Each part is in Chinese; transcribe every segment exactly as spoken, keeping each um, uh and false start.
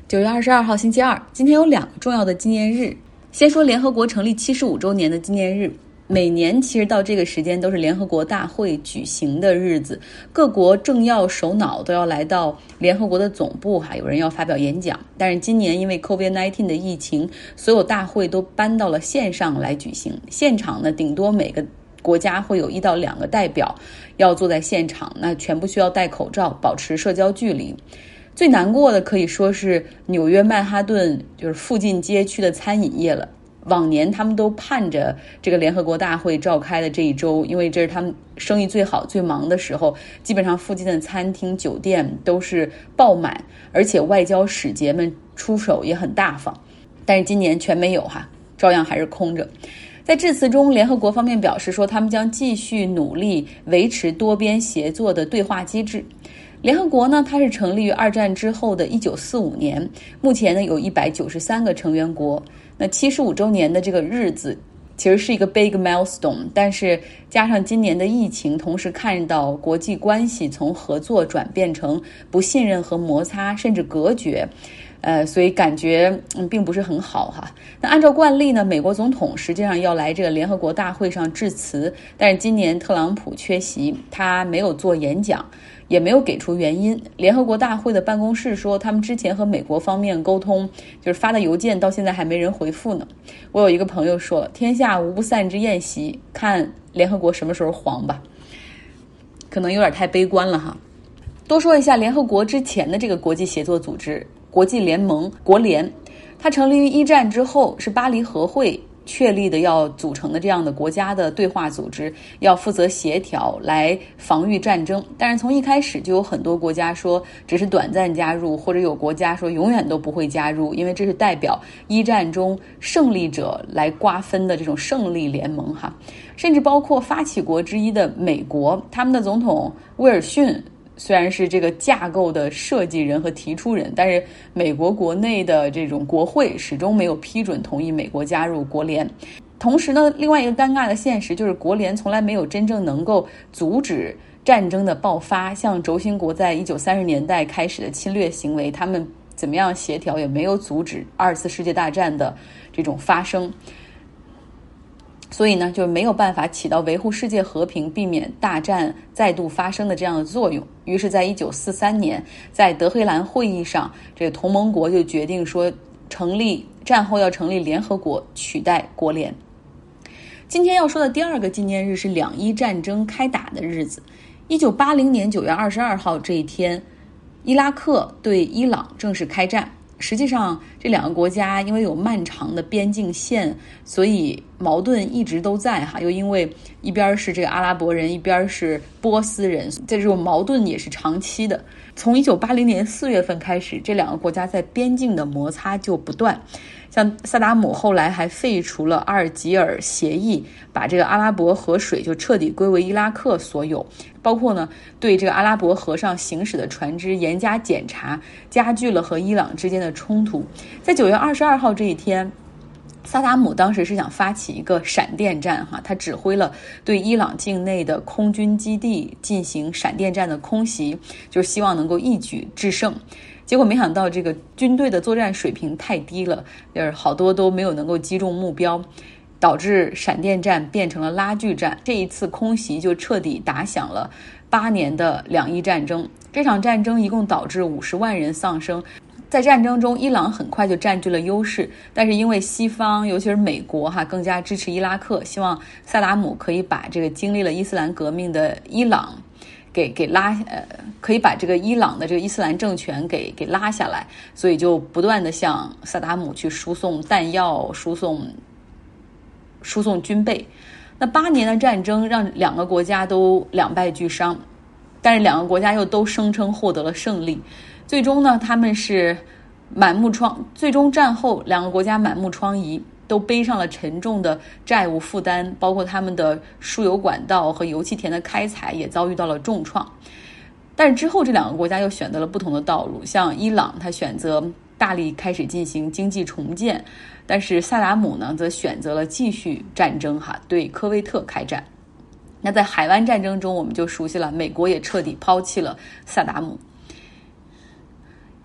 九月二十二号星期二，今天有两个重要的纪念日。先说联合国成立七十五周年的纪念日。每年其实到这个时间都是联合国大会举行的日子，各国政要首脑都要来到联合国的总部哈，有人要发表演讲。但是今年因为 COVID 十九 的疫情，所有大会都搬到了线上来举行。现场呢，顶多每个国家会有一到两个代表要坐在现场，那全部需要戴口罩，保持社交距离。最难过的可以说是纽约曼哈顿就是附近街区的餐饮业了。往年他们都盼着这个联合国大会召开的这一周，因为这是他们生意最好最忙的时候，基本上附近的餐厅酒店都是爆满，而且外交使节们出手也很大方。但是今年全没有哈，照样还是空着。在致辞中，联合国方面表示说，他们将继续努力维持多边协作的对话机制。联合国呢，它是成立于二战之后的一九四五年，目前呢有一百九十三个成员国。那七十五周年的这个日子其实是一个 big milestone， 但是加上今年的疫情，同时看到国际关系从合作转变成不信任和摩擦，甚至隔绝，呃，所以感觉嗯并不是很好哈。那按照惯例呢，美国总统实际上要来这个联合国大会上致辞，但是今年特朗普缺席，他没有做演讲，也没有给出原因。联合国大会的办公室说，他们之前和美国方面沟通，就是发的邮件到现在还没人回复呢。我有一个朋友说，天下无不散之宴席，看联合国什么时候黄吧。可能有点太悲观了哈。多说一下联合国之前的这个国际协作组织国际联盟国联，它成立于一战之后，是巴黎和会确立的要组成的这样的国家的对话组织，要负责协调来防御战争。但是从一开始就有很多国家说只是短暂加入，或者有国家说永远都不会加入，因为这是代表一战中胜利者来瓜分的这种胜利联盟哈。甚至包括发起国之一的美国，他们的总统威尔逊虽然是这个架构的设计人和提出人，但是美国国内的这种国会始终没有批准同意美国加入国联。同时呢，另外一个尴尬的现实就是国联从来没有真正能够阻止战争的爆发，像轴心国在一九三十年代开始的侵略行为，他们怎么样协调也没有阻止二次世界大战的这种发生。所以呢，就没有办法起到维护世界和平、避免大战再度发生的这样的作用。于是在一九四三年，在德黑兰会议上，这个同盟国就决定说，成立战后要成立联合国，取代国联。今天要说的第二个纪念日是两伊战争开打的日子。一九八零年九月二十二号这一天，伊拉克对伊朗正式开战。实际上这两个国家因为有漫长的边境线，所以矛盾一直都在哈。又因为一边是这个阿拉伯人，一边是波斯人，这种矛盾也是长期的。从一九八零年四月份开始，这两个国家在边境的摩擦就不断。像萨达姆后来还废除了阿尔及尔协议，把这个阿拉伯河水就彻底归为伊拉克所有，包括呢对这个阿拉伯河上行驶的船只严加检查，加剧了和伊朗之间的冲突。在九月二十二号这一天，萨达姆当时是想发起一个闪电战哈，他指挥了对伊朗境内的空军基地进行闪电战的空袭，就是希望能够一举制胜。结果没想到这个军队的作战水平太低了，就是好多都没有能够击中目标，导致闪电战变成了拉锯战。这一次空袭就彻底打响了八年的两伊战争。这场战争一共导致五十万人丧生。在战争中，伊朗很快就占据了优势，但是因为西方尤其是美国哈更加支持伊拉克，希望萨达姆可以把这个经历了伊斯兰革命的伊朗给给拉呃，可以把这个伊朗的这个伊斯兰政权给给拉下来，所以就不断的向萨达姆去输送弹药，输送输送军备。那八年的战争让两个国家都两败俱伤，但是两个国家又都声称获得了胜利。最终呢，他们是满目疮，最终战后两个国家满目疮痍，都背上了沉重的债务负担，包括他们的输油管道和油气田的开采也遭遇到了重创。但是之后这两个国家又选择了不同的道路，像伊朗他选择大力开始进行经济重建，但是萨达姆呢则选择了继续战争哈，对科威特开战。那在海湾战争中我们就熟悉了，美国也彻底抛弃了萨达姆。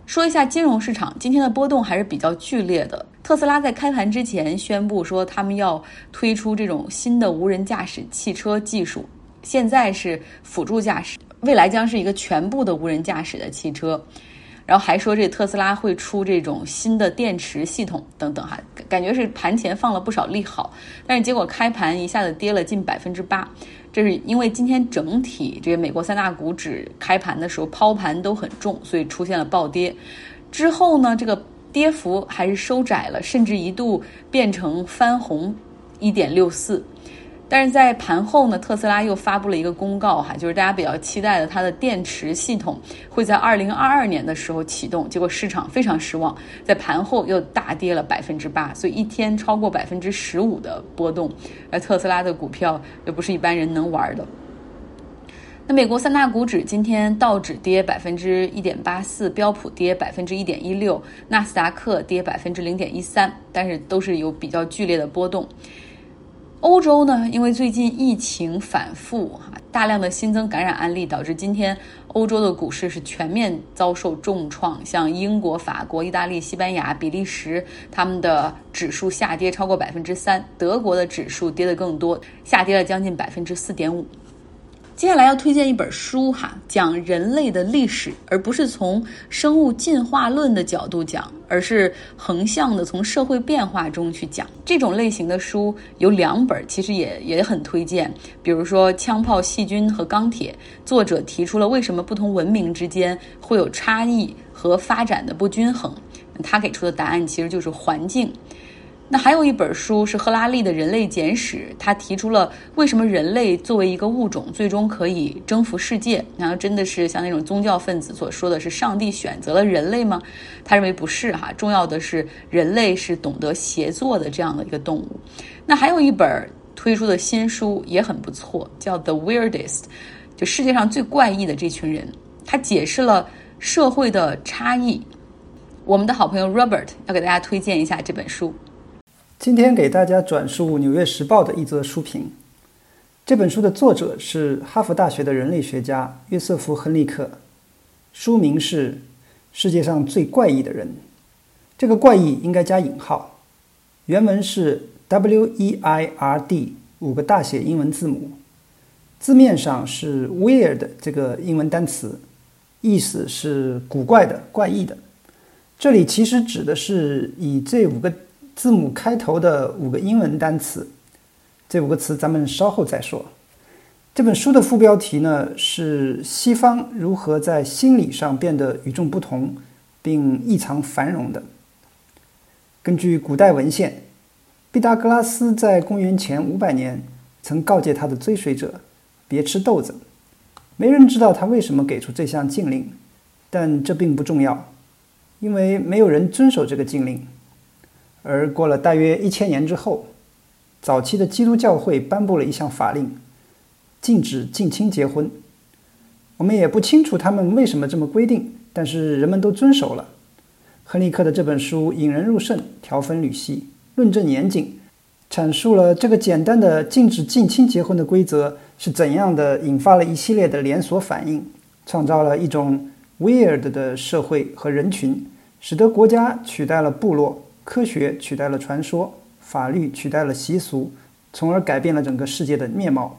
说一下金融市场，今天的波动还是比较剧烈的。特斯拉在开盘之前宣布说，他们要推出这种新的无人驾驶汽车技术，现在是辅助驾驶，未来将是一个全部的无人驾驶的汽车。然后还说这特斯拉会出这种新的电池系统等等哈，感觉是盘前放了不少利好，但是结果开盘一下子跌了近百分之八，这是因为今天整体这个美国三大股指开盘的时候抛盘都很重，所以出现了暴跌。之后呢，这个跌幅还是收窄了，甚至一度变成翻红 一点六四。但是在盘后呢，特斯拉又发布了一个公告哈，就是大家比较期待的它的电池系统会在二零二二年的时候启动，结果市场非常失望，在盘后又大跌了百分之八，所以一天超过百分之十五的波动，而特斯拉的股票又不是一般人能玩的。那美国三大股指今天道指跌百分之一点八四，标普跌百分之一点一六，纳斯达克跌百分之零点一三，但是都是有比较剧烈的波动。欧洲呢，因为最近疫情反复，大量的新增感染案例，导致今天欧洲的股市是全面遭受重创，像英国、法国、意大利、西班牙、比利时，他们的指数下跌超过百分之三，德国的指数跌得更多，下跌了将近百分之四点五。接下来要推荐一本书哈，讲人类的历史，而不是从生物进化论的角度讲，而是横向的从社会变化中去讲。这种类型的书有两本，其实也也很推荐。比如说《枪炮、细菌和钢铁》，作者提出了为什么不同文明之间会有差异和发展的不均衡，他给出的答案其实就是环境。那还有一本书是赫拉利的《人类简史》，他提出了为什么人类作为一个物种最终可以征服世界，然后真的是像那种宗教分子所说的是上帝选择了人类吗？他认为不是哈，重要的是人类是懂得协作的这样的一个动物。那还有一本推出的新书也很不错，叫 The Weirdest， 就世界上最怪异的这群人，他解释了社会的差异。我们的好朋友 Robert 要给大家推荐一下这本书。 今天给大家转述《纽约时报》的一则书评。这本书的作者是哈佛大学的人类学家约瑟夫·亨利克，书名是《世界上最怪异的人》。这个怪异应该加引号，原文是 W E I R D 五个大写英文字母，字面上是 weird 这个英文单词，意思是古怪的、怪异的。这里其实指的是以这五个字母开头的五个英文单词，这五个词咱们稍后再说。这本书的副标题呢是西方如何在心理上变得与众不同并异常繁荣的。根据古代文献，毕达哥拉斯在公元前五百年曾告诫他的追随者别吃豆子。没人知道他为什么给出这项禁令，但这并不重要，因为没有人遵守这个禁令。而过了大约一千年之后，早期的基督教会颁布了一项法令，禁止近亲结婚。我们也不清楚他们为什么这么规定，但是人们都遵守了。亨利克的这本书引人入胜，条分缕析，论证严谨，阐述了这个简单的禁止近亲结婚的规则是怎样的引发了一系列的连锁反应，创造了一种 weird 的社会和人群，使得国家取代了部落，科学取代了传说，法律取代了习俗，从而改变了整个世界的面貌。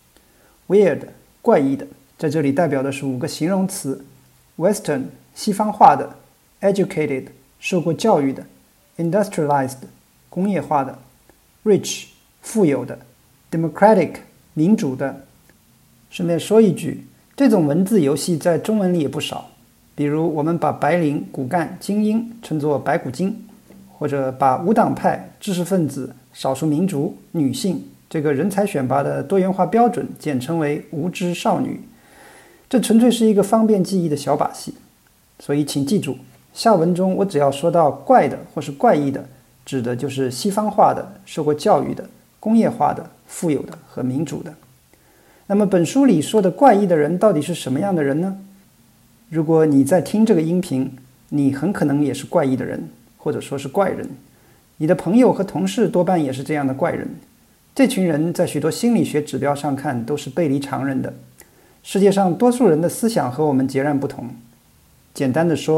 Weird 怪异的，在这里代表的是五个形容词： Western 西方化的， Educated 受过教育的， Industrialized 工业化的， Rich 富有的， Democratic 民主的。顺便说一句，这种文字游戏在中文里也不少，比如我们把白领、骨干、精英称作白骨精，或者把无党派、知识分子、少数民族、女性这个人才选拔的多元化标准简称为无知少女。这纯粹是一个方便记忆的小把戏，所以请记住，下文中我只要说到怪的或是怪异的，指的就是西方化的、受过教育的、工业化的、富有的和民主的。那么本书里说的怪异的人到底是什么样的人呢？如果你在听这个音频，你很可能也是怪异的人，或者说是怪人。你的朋友和同事多半也是这样的怪人。这群人在许多心理学指标上看都是背离常人的。世界上多数人的思想和我们截然不同。简单的说，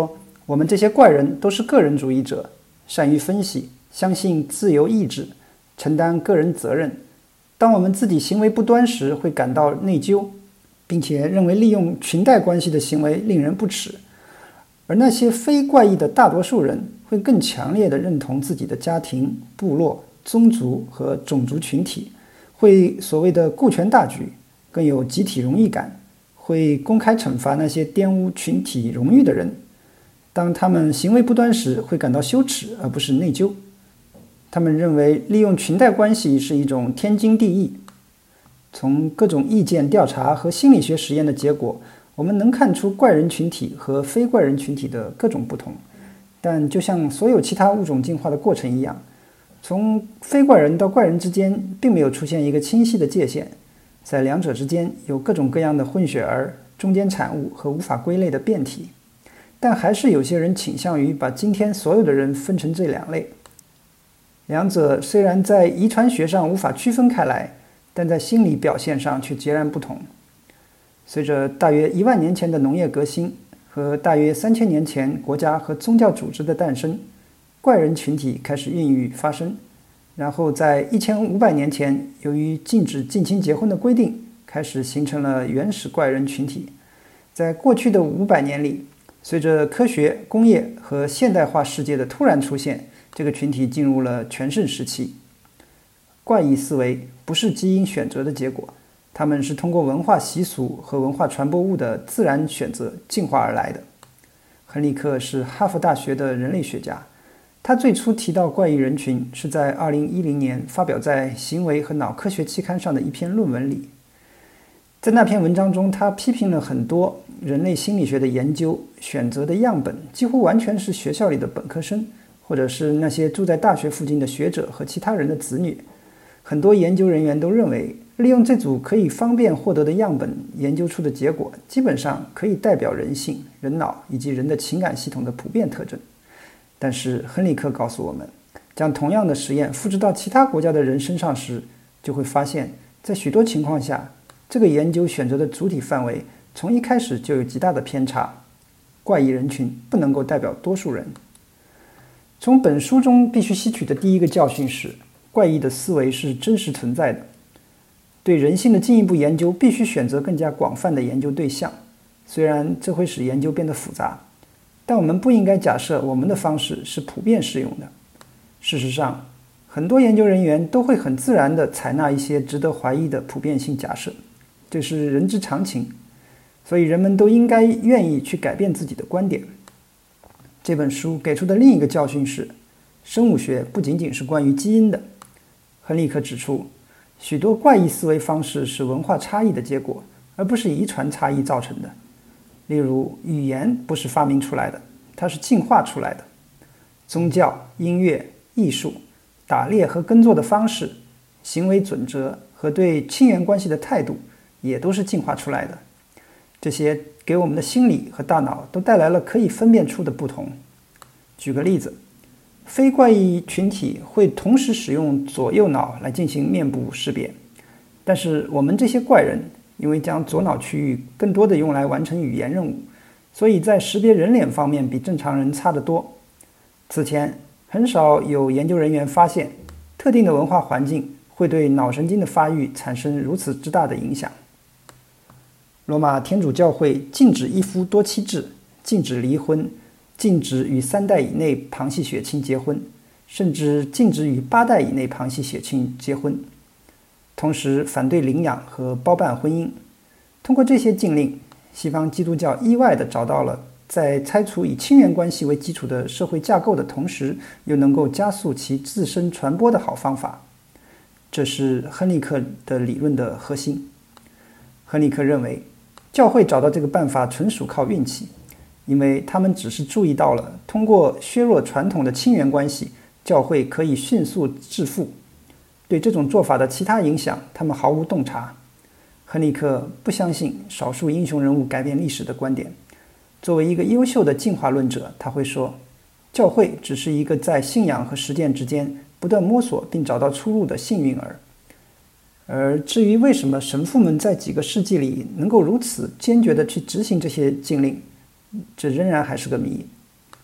我们这些怪人都是个人主义者，善于分析，相信自由意志，承担个人责任。当我们自己行为不端时，会感到内疚，并且认为利用裙带关系的行为令人不齿。而那些非怪异的大多数人会更强烈地认同自己的家庭、部落、宗族和种族群体，会所谓的顾全大局，更有集体荣誉感，会公开惩罚那些玷污群体荣誉的人。当他们行为不端时，会感到羞耻而不是内疚。他们认为利用裙带关系是一种天经地义。从各种意见调查和心理学实验的结果，我们能看出怪人群体和非怪人群体的各种不同。但就像所有其他物种进化的过程一样，从非怪人到怪人之间并没有出现一个清晰的界限，在两者之间有各种各样的混血儿、中间产物和无法归类的变体。但还是有些人倾向于把今天所有的人分成这两类。两者虽然在遗传学上无法区分开来，但在心理表现上却截然不同。随着大约一万年前的农业革新和大约三千年前国家和宗教组织的诞生，怪人群体开始孕育发生。然后在一千五百年前，由于禁止近亲结婚的规定，开始形成了原始怪人群体。在过去的五百年里，随着科学、工业和现代化世界的突然出现，这个群体进入了全盛时期。怪异思维不是基因选择的结果，它们是通过文化习俗和文化传播物的自然选择进化而来的。亨利克是哈佛大学的人类学家，他最初提到怪异人群是在二零一零年发表在《行为和脑科学》期刊上的一篇论文里。在那篇文章中，他批评了很多人类心理学的研究，选择的样本几乎完全是学校里的本科生，或者是那些住在大学附近的学者和其他人的子女。很多研究人员都认为，利用这组可以方便获得的样本研究出的结果，基本上可以代表人性、人脑以及人的情感系统的普遍特征。但是亨利克告诉我们，将同样的实验复制到其他国家的人身上时，就会发现，在许多情况下，这个研究选择的主体范围从一开始就有极大的偏差。怪异人群不能够代表多数人。从本书中必须吸取的第一个教训是，怪异的思维是真实存在的。对人性的进一步研究必须选择更加广泛的研究对象，虽然这会使研究变得复杂，但我们不应该假设我们的方式是普遍适用的。事实上，很多研究人员都会很自然地采纳一些值得怀疑的普遍性假设，这是人之常情，所以人们都应该愿意去改变自己的观点。这本书给出的另一个教训是，生物学不仅仅是关于基因的。亨利克指出，许多怪异思维方式是文化差异的结果，而不是遗传差异造成的。例如，语言不是发明出来的，它是进化出来的。宗教、音乐、艺术、打猎和耕作的方式、行为准则和对亲缘关系的态度也都是进化出来的。这些给我们的心理和大脑都带来了可以分辨出的不同。举个例子，非怪异群体会同时使用左右脑来进行面部识别，但是我们这些怪人因为将左脑区域更多的用来完成语言任务，所以在识别人脸方面比正常人差得多。此前很少有研究人员发现，特定的文化环境会对脑神经的发育产生如此之大的影响。罗马天主教会禁止一夫多妻制，禁止离婚，禁止与三代以内旁系血亲结婚，甚至禁止与八代以内旁系血亲结婚，同时反对领养和包办婚姻。通过这些禁令，西方基督教意外地找到了在拆除以亲缘关系为基础的社会架构的同时，又能够加速其自身传播的好方法。这是亨利克的理论的核心。亨利克认为，教会找到这个办法纯属靠运气，因为他们只是注意到了通过削弱传统的亲缘关系，教会可以迅速致富。对这种做法的其他影响，他们毫无洞察。亨利克不相信少数英雄人物改变历史的观点。作为一个优秀的进化论者，他会说，教会只是一个在信仰和实践之间不断摸索并找到出路的幸运儿。而至于为什么神父们在几个世纪里能够如此坚决地去执行这些禁令，这仍然还是个谜。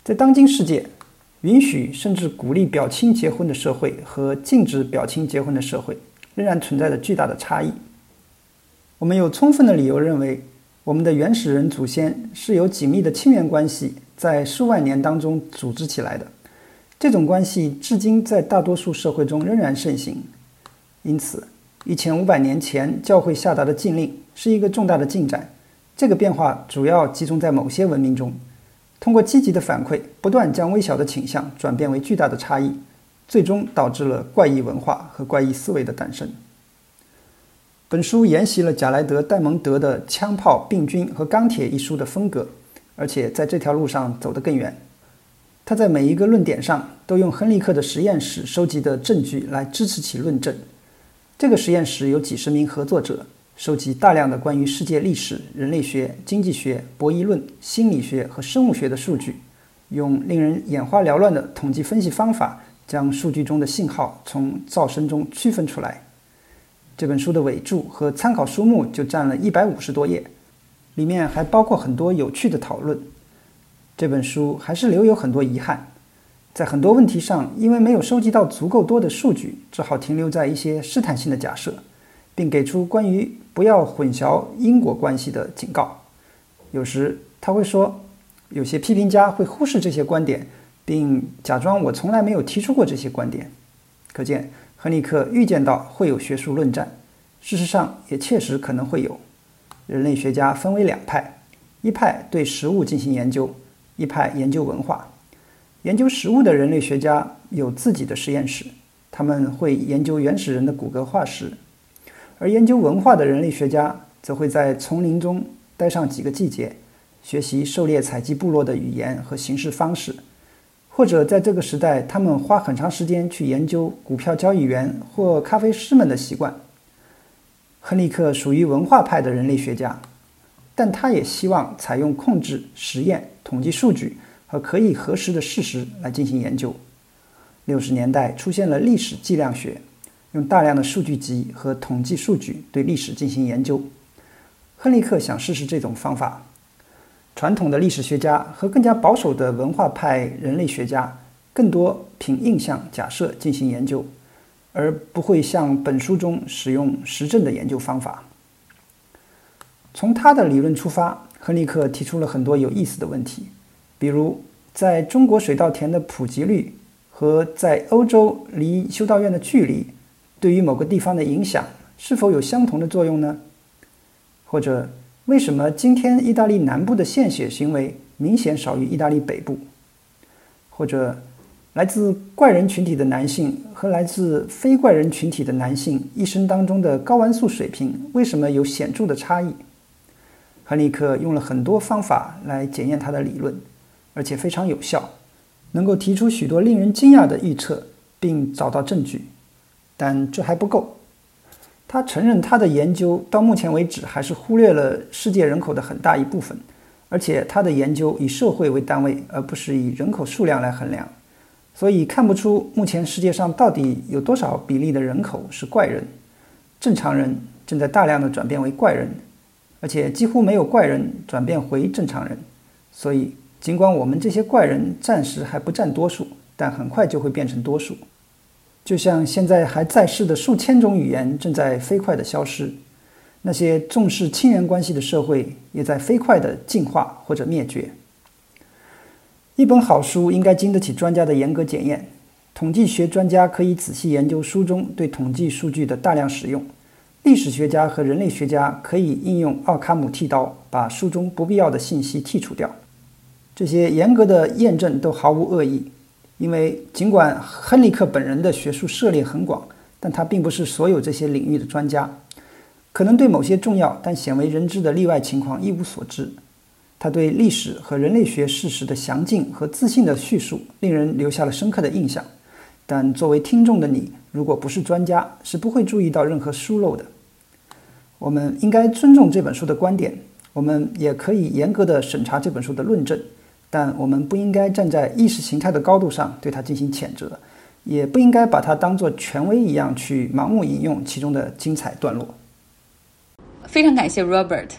在当今世界，允许甚至鼓励表亲结婚的社会和禁止表亲结婚的社会仍然存在着巨大的差异。我们有充分的理由认为，我们的原始人祖先是由紧密的亲缘关系在数万年当中组织起来的，这种关系至今在大多数社会中仍然盛行。因此一千五百年前教会下达的禁令是一个重大的进展，这个变化主要集中在某些文明中，通过积极的反馈不断将微小的倾向转变为巨大的差异，最终导致了怪异文化和怪异思维的诞生。本书沿袭了贾莱德·戴蒙德的《枪炮、病菌和钢铁》一书的风格，而且在这条路上走得更远。他在每一个论点上都用亨利克的实验室收集的证据来支持其论证。这个实验室有几十名合作者，收集大量的关于世界历史、人类学、经济学、博弈论、心理学和生物学的数据，用令人眼花缭乱的统计分析方法将数据中的信号从噪声中区分出来。这本书的尾注和参考书目就占了一百五十多页，里面还包括很多有趣的讨论。这本书还是留有很多遗憾，在很多问题上因为没有收集到足够多的数据，只好停留在一些试探性的假设，并给出关于不要混淆因果关系的警告。有时他会说，有些批评家会忽视这些观点，并假装我从来没有提出过这些观点。可见亨利克预见到会有学术论战，事实上也确实可能会有。人类学家分为两派，一派对食物进行研究，一派研究文化。研究食物的人类学家有自己的实验室，他们会研究原始人的骨骼化石，而研究文化的人类学家则会在丛林中待上几个季节，学习狩猎采集部落的语言和行事方式，或者在这个时代他们花很长时间去研究股票交易员或咖啡师们的习惯。亨利克属于文化派的人类学家，但他也希望采用控制、实验、统计数据和可以核实的事实来进行研究。六十年代出现了历史计量学，用大量的数据集和统计数据对历史进行研究。亨利克想试试这种方法。传统的历史学家和更加保守的文化派人类学家更多凭印象假设进行研究，而不会像本书中使用实证的研究方法。从他的理论出发，亨利克提出了很多有意思的问题，比如在中国水稻田的普及率和在欧洲离修道院的距离对于某个地方的影响是否有相同的作用呢？或者为什么今天意大利南部的献血行为明显少于意大利北部？或者来自怪人群体的男性和来自非怪人群体的男性一生当中的睾丸素水平为什么有显著的差异？亨利克用了很多方法来检验他的理论，而且非常有效，能够提出许多令人惊讶的预测并找到证据。但这还不够，他承认他的研究到目前为止还是忽略了世界人口的很大一部分，而且他的研究以社会为单位，而不是以人口数量来衡量，所以看不出目前世界上到底有多少比例的人口是怪人。正常人正在大量的转变为怪人，而且几乎没有怪人转变回正常人。所以尽管我们这些怪人暂时还不占多数，但很快就会变成多数。就像现在还在世的数千种语言正在飞快地消失，那些重视亲缘关系的社会也在飞快地进化或者灭绝。一本好书应该经得起专家的严格检验，统计学专家可以仔细研究书中对统计数据的大量使用，历史学家和人类学家可以应用奥卡姆剃刀把书中不必要的信息剔除掉。这些严格的验证都毫无恶意，因为尽管亨利克本人的学术涉猎很广，但他并不是所有这些领域的专家，可能对某些重要但鲜为人知的例外情况一无所知。他对历史和人类学事实的详尽和自信的叙述令人留下了深刻的印象，但作为听众的你，如果不是专家，是不会注意到任何疏漏的。我们应该尊重这本书的观点，我们也可以严格地审查这本书的论证，但我们不应该站在意识形态的高度上对它进行谴责，也不应该把它当作权威一样去盲目引用其中的精彩段落。 非常感谢 Robert，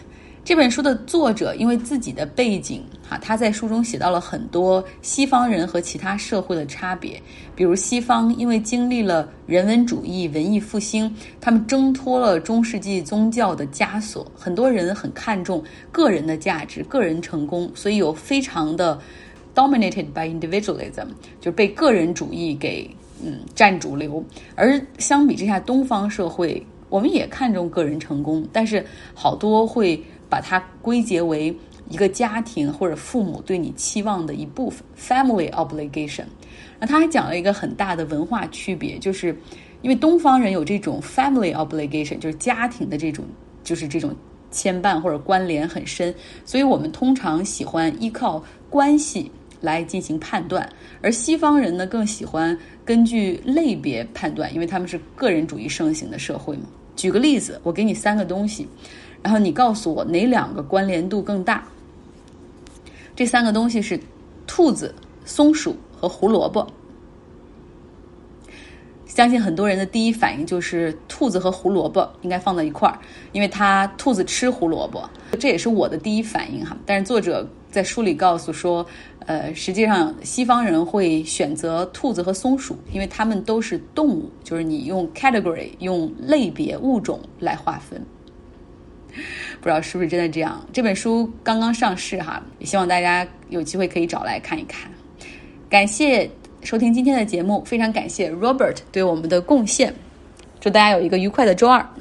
这本书的作者因为自己的背景哈，他在书中写到了很多西方人和其他社会的差别，比如西方因为经历了人文主义、文艺复兴，他们挣脱了中世纪宗教的枷锁，很多人很看重个人的价值、个人成功，所以有非常的 dominated by individualism， 就是被个人主义给嗯占主流。而相比之下，东方社会我们也看重个人成功，但是好多会把它归结为一个家庭或者父母对你期望的一部分 family obligation。 那他还讲了一个很大的文化区别，就是因为东方人有这种 family obligation， 就是家庭的这种就是这种牵绊或者关联很深，所以我们通常喜欢依靠关系来进行判断，而西方人呢更喜欢根据类别判断，因为他们是个人主义盛行的社会嘛。举个例子，我给你三个东西，然后你告诉我哪两个关联度更大。这三个东西是兔子、松鼠和胡萝卜。相信很多人的第一反应就是兔子和胡萝卜应该放在一块儿，因为它兔子吃胡萝卜，这也是我的第一反应哈。但是作者在书里告诉说，呃，实际上西方人会选择兔子和松鼠，因为它们都是动物，就是你用 category 用类别物种来划分。不知道是不是真的这样？这本书刚刚上市哈，也希望大家有机会可以找来看一看。感谢收听今天的节目，非常感谢 Robert 对我们的贡献，祝大家有一个愉快的周二。